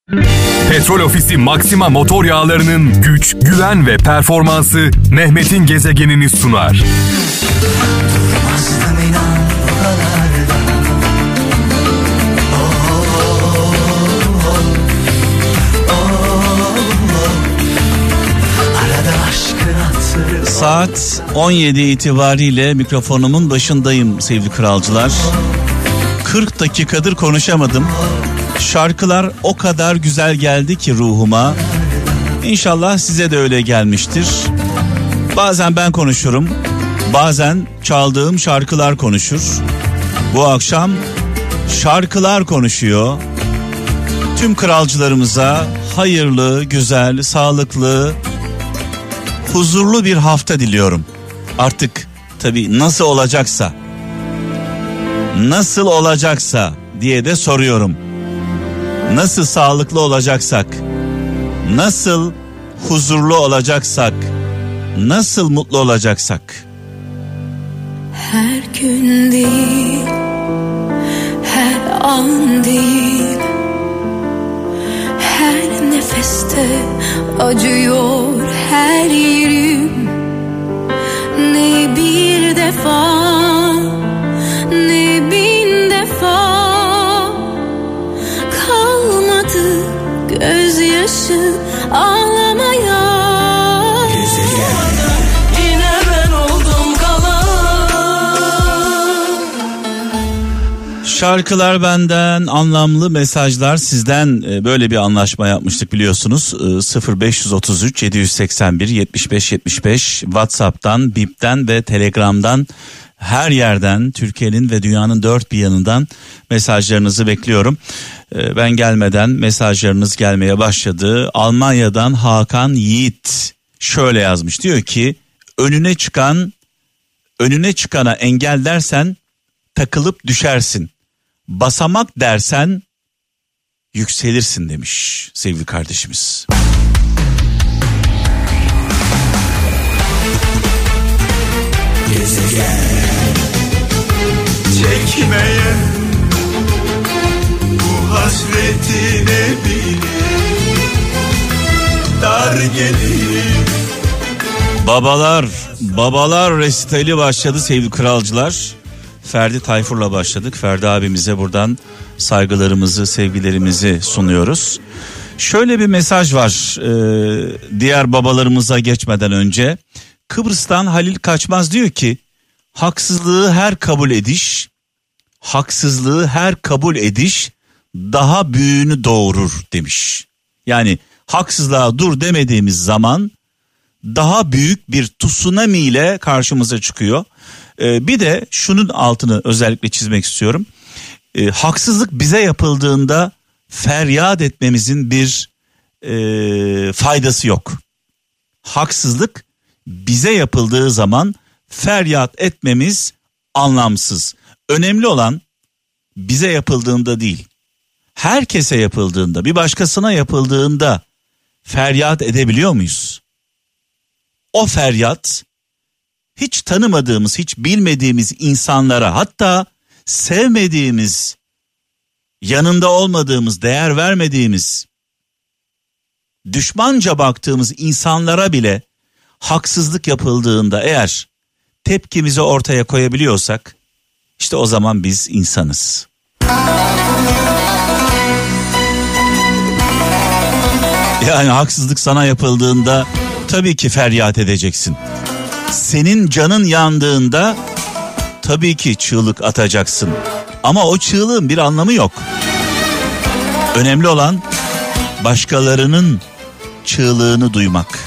Petrol Ofisi Maxima motor yağlarının güç, güven ve performansı Mehmet'in gezegenini sunar. Saat 17 itibariyle mikrofonumun başındayım sevgili kralcılar. 40 dakikadır konuşamadım. Şarkılar o kadar güzel geldi ki ruhuma. İnşallah size de öyle gelmiştir. Bazen ben konuşurum, bazen çaldığım şarkılar konuşur. Bu akşam şarkılar konuşuyor. Tüm kralcılarımıza hayırlı, güzel, sağlıklı, huzurlu bir hafta diliyorum. Artık tabii nasıl olacaksa diye de soruyorum. Nasıl sağlıklı olacaksak, nasıl huzurlu olacaksak, nasıl mutlu olacaksak. Her gün değil, her an değil, her nefeste acıyor her yerim. Ne bir defa, ne bin defa kalmadı gözyaşı ağlamaya. Yine ben oldum kalan. Şarkılar benden, anlamlı mesajlar sizden. Böyle bir anlaşma yapmıştık biliyorsunuz. 0533 781 75 75 WhatsApp'tan, Bip'ten ve Telegram'dan, her yerden, Türkiye'nin ve dünyanın dört bir yanından mesajlarınızı bekliyorum. Ben gelmeden mesajlarınız gelmeye başladı. Almanya'dan Hakan Yiğit şöyle yazmış, diyor ki önüne çıkana engel dersen takılıp düşersin, basamak dersen yükselirsin demiş sevgili kardeşimiz. Çekmeye bu hasretine bile dar gelir. Babalar resitali başladı sevgili kralcılar. Ferdi Tayfur'la başladık. Ferdi abimize buradan saygılarımızı, sevgilerimizi sunuyoruz. Şöyle bir mesaj var diğer babalarımıza geçmeden önce. Kıbrıs'tan Halil Kaçmaz diyor ki haksızlığı her kabul ediş daha büyüğünü doğurur demiş. Yani haksızlığa dur demediğimiz zaman daha büyük bir tsunami ile karşımıza çıkıyor. Bir de şunun altını özellikle çizmek istiyorum. Haksızlık bize yapıldığında feryat etmemizin bir faydası yok. Haksızlık bize yapıldığı zaman feryat etmemiz anlamsız. Önemli olan bize yapıldığında değil, herkese yapıldığında, bir başkasına yapıldığında feryat edebiliyor muyuz? O feryat hiç tanımadığımız, hiç bilmediğimiz insanlara, hatta sevmediğimiz, yanında olmadığımız, değer vermediğimiz, düşmanca baktığımız insanlara bile haksızlık yapıldığında eğer tepkimizi ortaya koyabiliyorsak, işte o zaman biz insanız. Yani haksızlık sana yapıldığında tabii ki feryat edeceksin. Senin canın yandığında tabii ki çığlık atacaksın. Ama o çığlığın bir anlamı yok. Önemli olan başkalarının çığlığını duymak.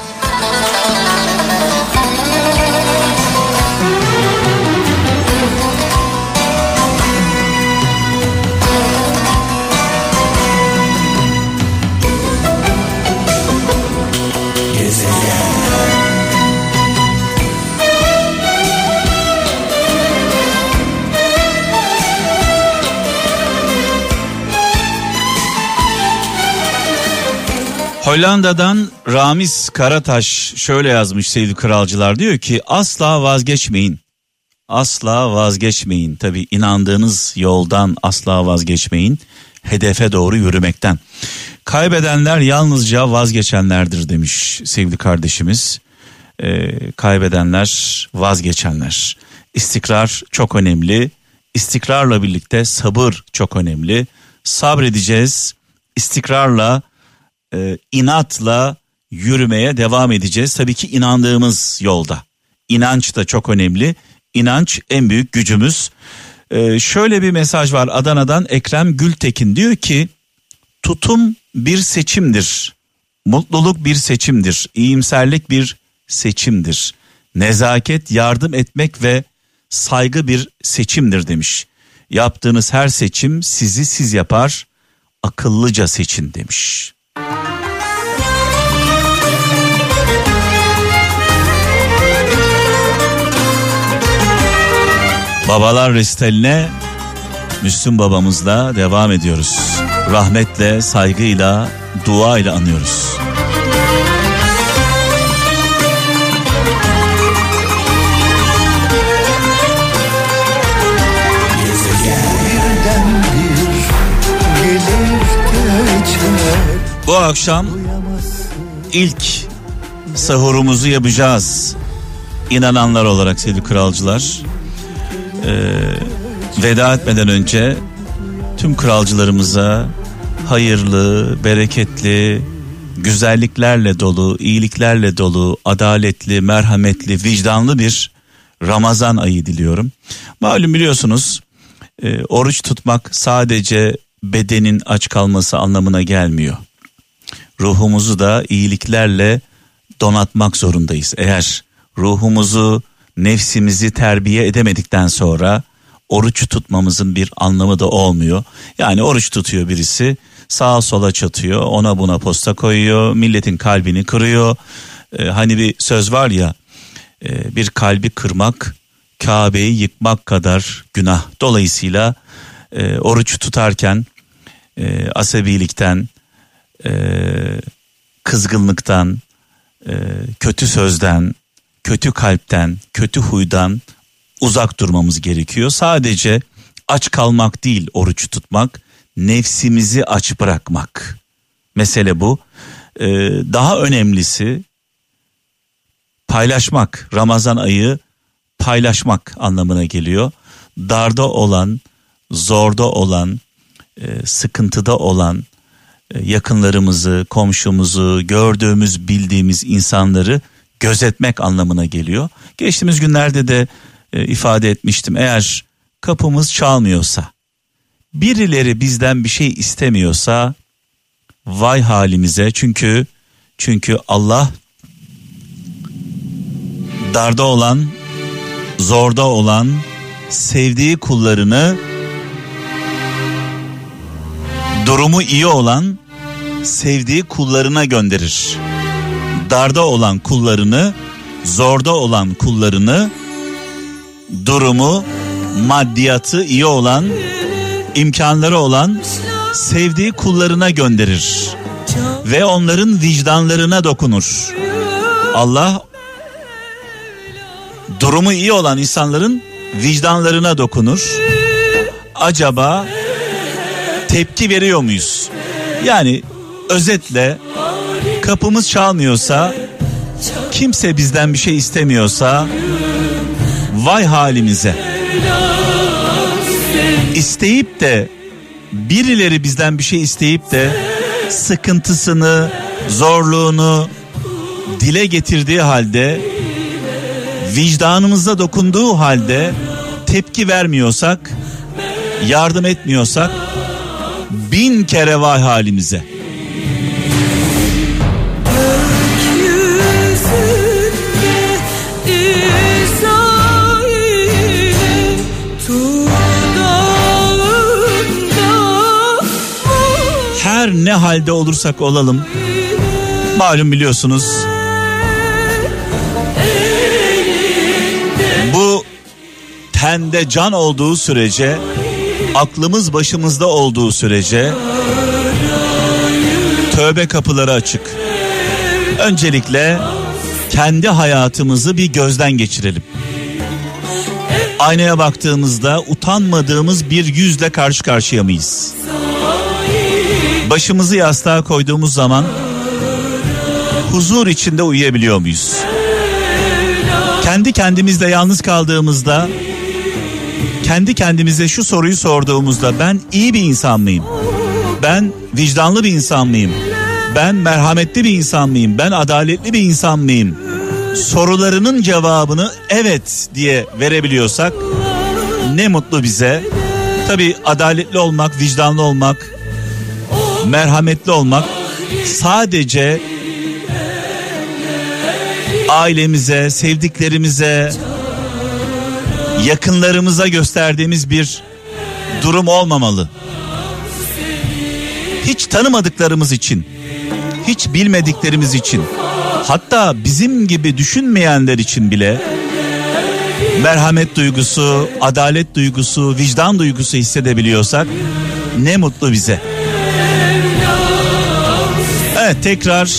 Hollanda'dan Ramiz Karataş şöyle yazmış sevgili kralcılar, diyor ki asla vazgeçmeyin. Asla vazgeçmeyin. Tabii inandığınız yoldan asla vazgeçmeyin. Hedefe doğru yürümekten. Kaybedenler yalnızca vazgeçenlerdir demiş sevgili kardeşimiz. Kaybedenler vazgeçenler. İstikrar çok önemli. İstikrarla birlikte sabır çok önemli. Sabredeceğiz. İstikrarla, inatla yürümeye devam edeceğiz. Tabii ki inandığımız yolda. İnanç da çok önemli. İnanç en büyük gücümüz. Şöyle bir mesaj var Adana'dan Ekrem Gültekin, diyor ki tutum bir seçimdir. Mutluluk bir seçimdir. İyimserlik bir seçimdir. Nezaket, yardım etmek ve saygı bir seçimdir demiş. Yaptığınız her seçim sizi siz yapar. Akıllıca seçin demiş. Babalar resitaline Müslüm babamızla devam ediyoruz. Rahmetle, saygıyla, duayla anıyoruz. Bu akşam ilk sahurumuzu yapacağız. İnananlar olarak sevgili kralcılar. Veda etmeden önce tüm kralcılarımıza hayırlı, bereketli, güzelliklerle dolu, iyiliklerle dolu, adaletli, merhametli, vicdanlı bir Ramazan ayı diliyorum. Malum biliyorsunuz oruç tutmak sadece bedenin aç kalması anlamına gelmiyor. Ruhumuzu da iyiliklerle donatmak zorundayız. Eğer ruhumuzu, nefsimizi terbiye edemedikten sonra oruç tutmamızın bir anlamı da olmuyor. Yani oruç tutuyor birisi, sağa sola çatıyor, ona buna posta koyuyor, milletin kalbini kırıyor. Hani bir söz var ya, bir kalbi kırmak Kabe'yi yıkmak kadar günah. Dolayısıyla oruç tutarken asabilikten, kızgınlıktan, kötü sözden, kötü kalpten, kötü huydan uzak durmamız gerekiyor. Sadece aç kalmak değil oruç tutmak, nefsimizi aç bırakmak. Mesele bu. Daha önemlisi paylaşmak. Ramazan ayı paylaşmak anlamına geliyor. Darda olan, zorda olan, sıkıntıda olan yakınlarımızı, komşumuzu, gördüğümüz, bildiğimiz insanları gözetmek anlamına geliyor. Geçtiğimiz günlerde de ifade etmiştim. Eğer kapımız çalmıyorsa, birileri bizden bir şey istemiyorsa vay halimize. Çünkü Allah darda olan, zorda olan, sevdiği kullarını, durumu iyi olan, sevdiği kullarına gönderir. Darda olan kullarını, zorda olan kullarını, durumu, maddiyatı iyi olan, imkanları olan, sevdiği kullarına gönderir. Ve onların vicdanlarına dokunur. Allah durumu iyi olan insanların vicdanlarına dokunur. Acaba tepki veriyor muyuz? Yani özetle kapımız çalmıyorsa, kimse bizden bir şey istemiyorsa vay halimize. İsteyip de birileri bizden bir şey isteyip de sıkıntısını, zorluğunu dile getirdiği halde, vicdanımıza dokunduğu halde tepki vermiyorsak, yardım etmiyorsak 1000 kere vay halimize. Her ne halde olursak olalım, malum biliyorsunuz, bu tende can olduğu sürece, aklımız başımızda olduğu sürece tövbe kapıları açık. Öncelikle kendi hayatımızı bir gözden geçirelim. Aynaya baktığımızda utanmadığımız bir yüzle karşı karşıya mıyız? Başımızı yastığa koyduğumuz zaman huzur içinde uyuyabiliyor muyuz? Kendi kendimizle yalnız kaldığımızda, kendi kendimize şu soruyu sorduğumuzda, ben iyi bir insan mıyım? Ben vicdanlı bir insan mıyım? Ben merhametli bir insan mıyım? Ben adaletli bir insan mıyım? Sorularının cevabını evet diye verebiliyorsak ne mutlu bize. Tabii adaletli olmak, vicdanlı olmak, merhametli olmak sadece ailemize, sevdiklerimize, yakınlarımıza gösterdiğimiz bir durum olmamalı. Hiç tanımadıklarımız için, hiç bilmediklerimiz için, hatta bizim gibi düşünmeyenler için bile merhamet duygusu, adalet duygusu, vicdan duygusu hissedebiliyorsak ne mutlu bize. Evet, tekrar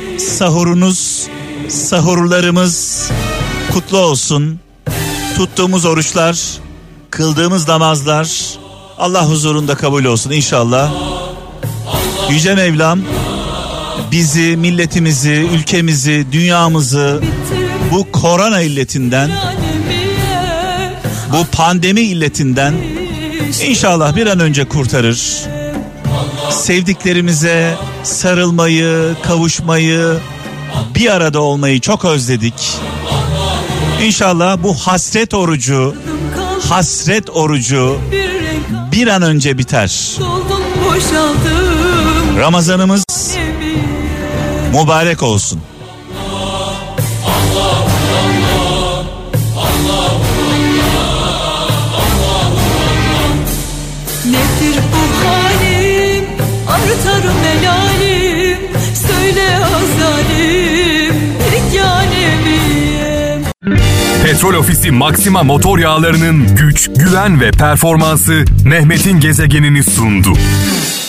sahurlarımız kutlu olsun. Tuttuğumuz oruçlar, kıldığımız namazlar Allah huzurunda kabul olsun inşallah. Yüce Mevlam bizi, milletimizi, ülkemizi, dünyamızı bu korona illetinden, bu pandemi illetinden inşallah bir an önce kurtarır. Sevdiklerimize sarılmayı, kavuşmayı, bir arada olmayı çok özledik. İnşallah bu hasret orucu bir an önce biter. Ramazanımız mübarek olsun. Nedir bu halim? Artarım helalim. Söyle azalim. Yegâne miyim? Petrol Ofisi Maxima motor yağlarının güç, güven ve performansı Mehmet'in gezegenini sundu.